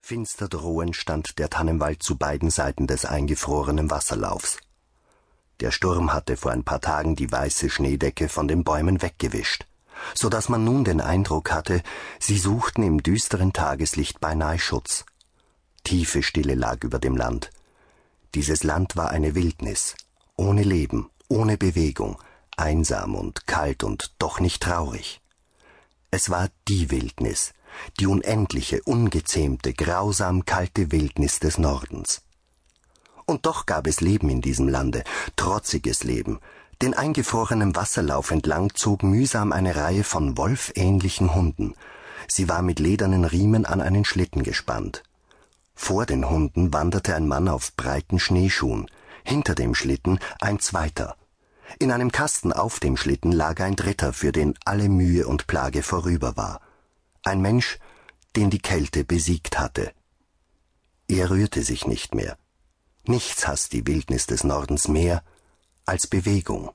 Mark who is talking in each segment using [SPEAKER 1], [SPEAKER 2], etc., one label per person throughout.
[SPEAKER 1] Finster drohend stand der Tannenwald zu beiden Seiten des eingefrorenen Wasserlaufs. Der Sturm hatte vor ein paar Tagen die weiße Schneedecke von den Bäumen weggewischt, so dass man nun den Eindruck hatte, sie suchten im düsteren Tageslicht beinahe Schutz. Tiefe Stille lag über dem Land. Dieses Land war eine Wildnis, ohne Leben, ohne Bewegung, einsam und kalt und doch nicht traurig. Es war die Wildnis, die unendliche, ungezähmte, grausam kalte Wildnis des Nordens. Und doch gab es Leben in diesem Lande, trotziges Leben. Den eingefrorenen Wasserlauf entlang zog mühsam eine Reihe von wolfähnlichen Hunden. Sie war mit ledernen Riemen an einen Schlitten gespannt. Vor den Hunden wanderte ein Mann auf breiten Schneeschuhen, hinter dem Schlitten ein zweiter. In einem Kasten auf dem Schlitten lag ein dritter, für den alle Mühe und Plage vorüber war. Ein Mensch, den die Kälte besiegt hatte. Er rührte sich nicht mehr. Nichts hasst die Wildnis des Nordens mehr als Bewegung.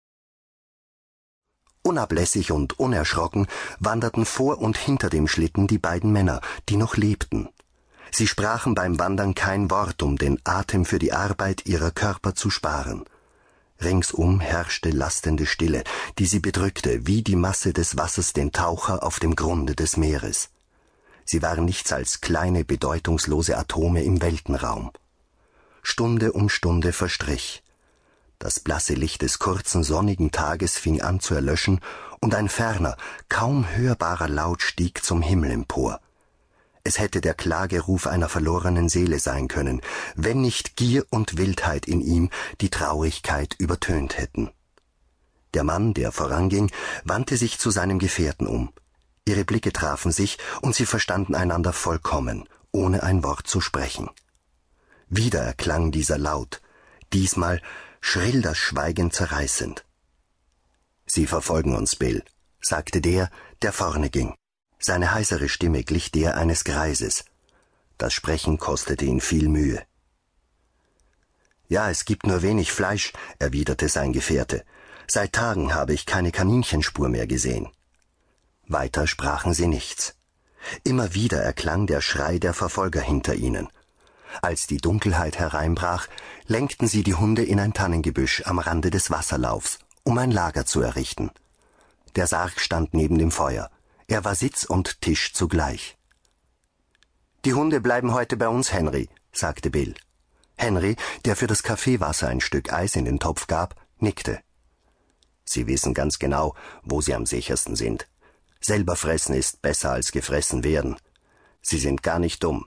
[SPEAKER 1] Unablässig und unerschrocken wanderten vor und hinter dem Schlitten die beiden Männer, die noch lebten. Sie sprachen beim Wandern kein Wort, um den Atem für die Arbeit ihrer Körper zu sparen. Ringsum herrschte lastende Stille, die sie bedrückte, wie die Masse des Wassers den Taucher auf dem Grunde des Meeres. Sie waren nichts als kleine, bedeutungslose Atome im Weltenraum. Stunde um Stunde verstrich. Das blasse Licht des kurzen, sonnigen Tages fing an zu erlöschen, und ein ferner, kaum hörbarer Laut stieg zum Himmel empor. Es hätte der Klageruf einer verlorenen Seele sein können, wenn nicht Gier und Wildheit in ihm die Traurigkeit übertönt hätten. Der Mann, der voranging, wandte sich zu seinem Gefährten um. Ihre Blicke trafen sich, und sie verstanden einander vollkommen, ohne ein Wort zu sprechen. Wieder erklang dieser Laut, diesmal schrill das Schweigen zerreißend. »Sie verfolgen uns, Bill«, sagte der vorne ging. Seine heisere Stimme glich der eines Greises. Das Sprechen kostete ihn viel Mühe. »Ja, es gibt nur wenig Fleisch«, erwiderte sein Gefährte. »Seit Tagen habe ich keine Kaninchenspur mehr gesehen.« Weiter sprachen sie nichts. Immer wieder erklang der Schrei der Verfolger hinter ihnen. Als die Dunkelheit hereinbrach, lenkten sie die Hunde in ein Tannengebüsch am Rande des Wasserlaufs, um ein Lager zu errichten. Der Sarg stand neben dem Feuer. Er war Sitz und Tisch zugleich. »Die Hunde bleiben heute bei uns, Henry«, sagte Bill. Henry, der für das Kaffeewasser ein Stück Eis in den Topf gab, nickte. »Sie wissen ganz genau, wo sie am sichersten sind. Selber fressen ist besser als gefressen werden. Sie sind gar nicht dumm.«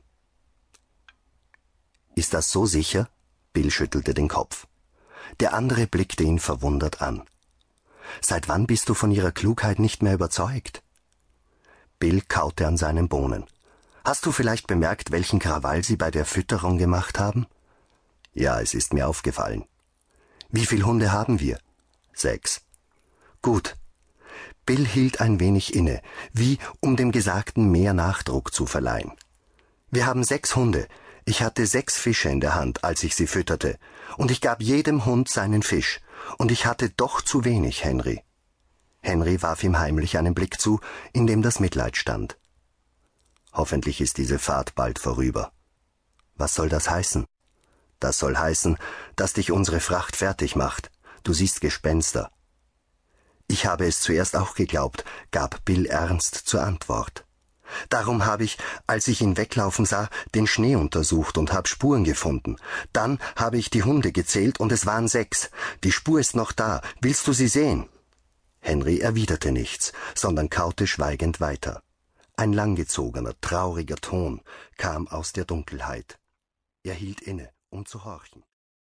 [SPEAKER 1] »Ist das so sicher?« Bill schüttelte den Kopf. Der andere blickte ihn verwundert an. »Seit wann bist du von ihrer Klugheit nicht mehr überzeugt?« Bill kaute an seinen Bohnen. »Hast du vielleicht bemerkt, welchen Krawall sie bei der Fütterung gemacht haben?« »Ja, es ist mir aufgefallen.« »Wie viele Hunde haben wir?« »6.« »Gut.« Bill hielt ein wenig inne, wie um dem Gesagten mehr Nachdruck zu verleihen. »Wir haben 6 Hunde. Ich hatte 6 Fische in der Hand, als ich sie fütterte, und ich gab jedem Hund seinen Fisch, und ich hatte doch zu wenig, Henry.« Henry warf ihm heimlich einen Blick zu, in dem das Mitleid stand. »Hoffentlich ist diese Fahrt bald vorüber.« »Was soll das heißen?« »Das soll heißen, dass dich unsere Fracht fertig macht. Du siehst Gespenster.« »Ich habe es zuerst auch geglaubt«, gab Bill ernst zur Antwort. »Darum habe ich, als ich ihn weglaufen sah, den Schnee untersucht und habe Spuren gefunden. Dann habe ich die Hunde gezählt, und es waren 6. Die Spur ist noch da. Willst du sie sehen?« Henry erwiderte nichts, sondern kaute schweigend weiter. Ein langgezogener, trauriger Ton kam aus der Dunkelheit. Er hielt inne, um zu horchen.